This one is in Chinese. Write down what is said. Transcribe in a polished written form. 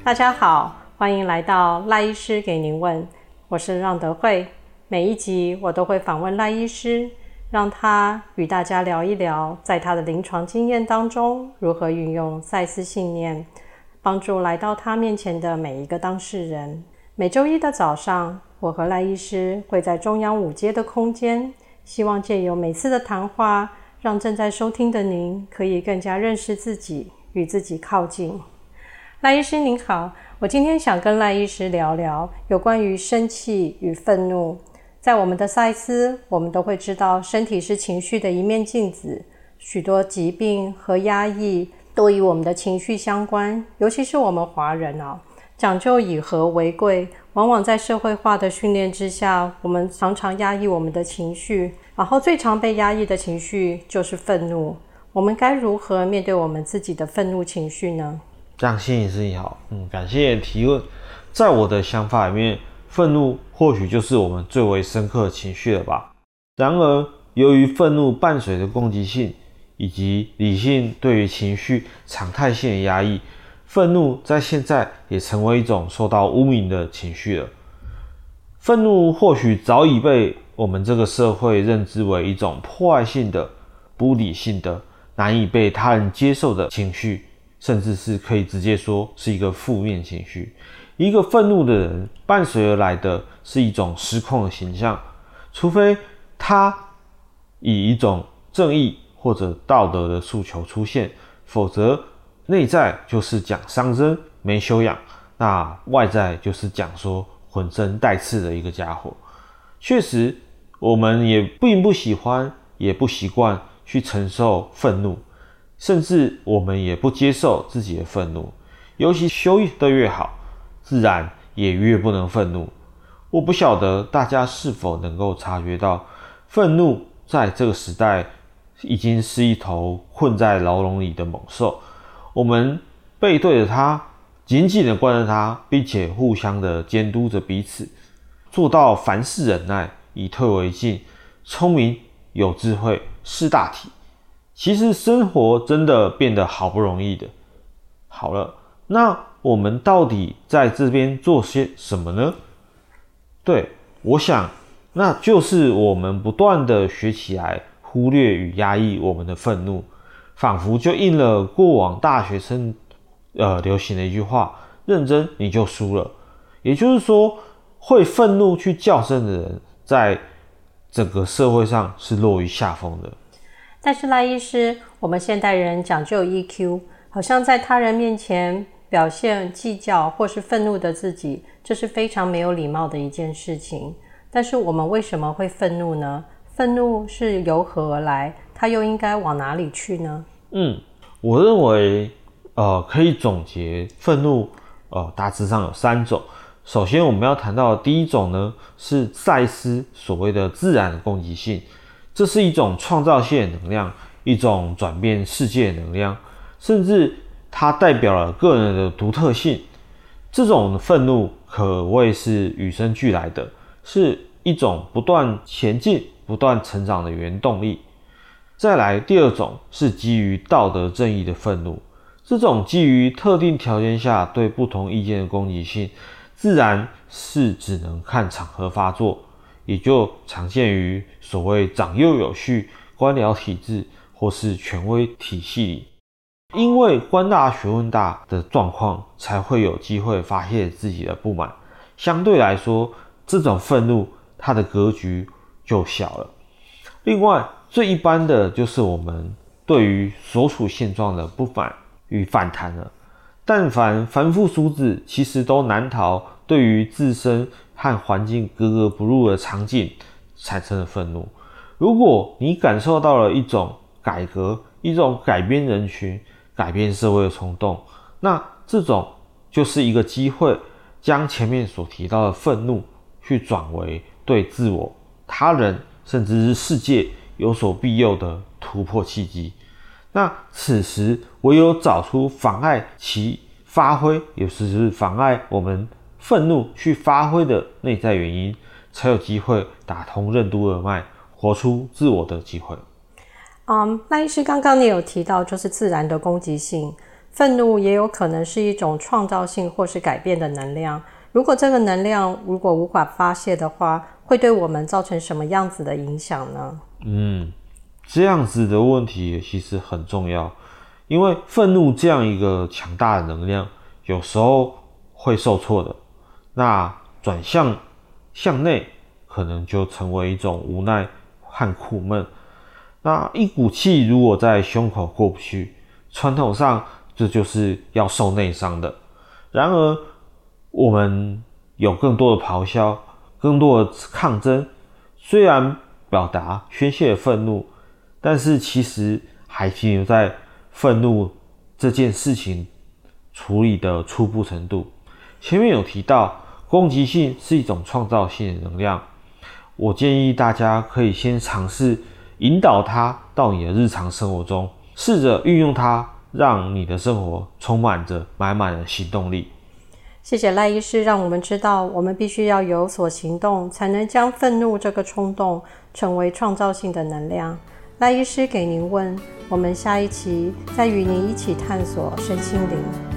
大家好，欢迎来到赖医师给您问，我是让德惠。每一集我都会访问赖医师，让他与大家聊一聊，在他的临床经验当中，如何运用赛斯信念，帮助来到他面前的每一个当事人。每周一的早上，我和赖医师会在中央5街的空间，希望借由每次的谈话，让正在收听的您可以更加认识自己，与自己靠近。赖医师您好，我今天想跟赖医师聊聊有关于生气与愤怒。在我们的赛斯，我们都会知道身体是情绪的一面镜子，许多疾病和压抑都与我们的情绪相关，尤其是我们华人讲究以和为贵，往往在社会化的训练之下，我们常常压抑我们的情绪，然后最常被压抑的情绪就是愤怒。我们该如何面对我们自己的愤怒情绪呢？ 张心理师你好，感谢提问。在我的想法里面，愤怒或许就是我们最为深刻的情绪了吧。然而，由于愤怒伴随着攻击性以及理性对于情绪常态性的压抑，愤怒在现在也成为一种受到污名的情绪了。愤怒或许早已被我们这个社会认知为一种破坏性的、不理性的、难以被他人接受的情绪，甚至是可以直接说是一个负面情绪。一个愤怒的人伴随而来的是一种失控的形象，除非他以一种正义或者道德的诉求出现，否则内在就是讲伤身没修养，那外在就是讲说浑身带刺的一个家伙。确实我们也并不喜欢也不习惯去承受愤怒，甚至我们也不接受自己的愤怒，尤其修得越好，自然也越不能愤怒。我不晓得大家是否能够察觉到，愤怒在这个时代已经是一头困在牢笼里的猛兽，我们背对着它，紧紧地关着它，并且互相的监督着彼此，做到凡事忍耐，以退为进，聪明有智慧，识大体。其实生活真的变得好不容易的。好了，那我们到底在这边做些什么呢？对，我想那就是我们不断的学起来忽略与压抑我们的愤怒，仿佛就应了过往大学生流行的一句话，认真你就输了。也就是说，会愤怒去叫声的人在整个社会上是落于下风的。 但是赖医师，我们现代人讲究 EQ， 好像在他人面前表现计较或是愤怒的自己，这是非常没有礼貌的一件事情。但是我们为什么会愤怒呢？愤怒是由何而来？它又应该往哪里去呢？ 我认为可以总结愤怒大致上有3种。首先我们要谈到的第一种呢，是赛斯所谓的自然的攻击性。这是一种创造性的能量，一种转变世界的能量，甚至它代表了个人的独特性。这种愤怒可谓是与生俱来的，是一种不断前进、不断成长的原动力。再来，第二种是基于道德正义的愤怒。这种基于特定条件下对不同意见的攻击性，自然是只能看场合发作，也就常见于所谓长幼有序、官僚体制或是权威体系里。因为官大学问大的状况，才会有机会发泄自己的不满。相对来说，这种愤怒它的格局就小了。另外，最一般的就是我们对于所处现状的不满与反弹了。但凡凡夫俗子，其实都难逃对于自身和环境格格不入的场景产生的愤怒。如果你感受到了一种改革、一种改变人群、改变社会的冲动，那这种就是一个机会，将前面所提到的愤怒去转为对自我、他人甚至是世界有所庇佑的突破契机。那此时唯有找出妨碍其发挥，也就是妨碍我们愤怒去发挥的内在原因，才有机会打通任督二脉，活出自我的机会。 赖医师刚刚你有提到就是自然的攻击性， 愤怒也有可能是一种创造性或是改变的能量。如果这个能量无法发泄的话，会对我们造成什么样子的影响呢？ 这样子的问题其实很重要，因为愤怒这样一个强大的能量，有时候会受挫的。那转向内，可能就成为一种无奈和苦闷。那一股气如果在胸口过不去，传统上这就是要受内伤的。然而，我们有更多的咆哮，更多的抗争，虽然表达宣泄愤怒，但是其实还停留在愤怒这件事情处理的初步程度。前面有提到，攻击性是一种创造性的能量，我建议大家可以先尝试引导它到你的日常生活中，试着运用它，让你的生活充满着满满的行动力。 谢谢赖医师，让我们知道我们必须要有所行动，才能将愤怒这个冲动成为创造性的能量。赖医师给您问，我们下一期再与您一起探索身心灵。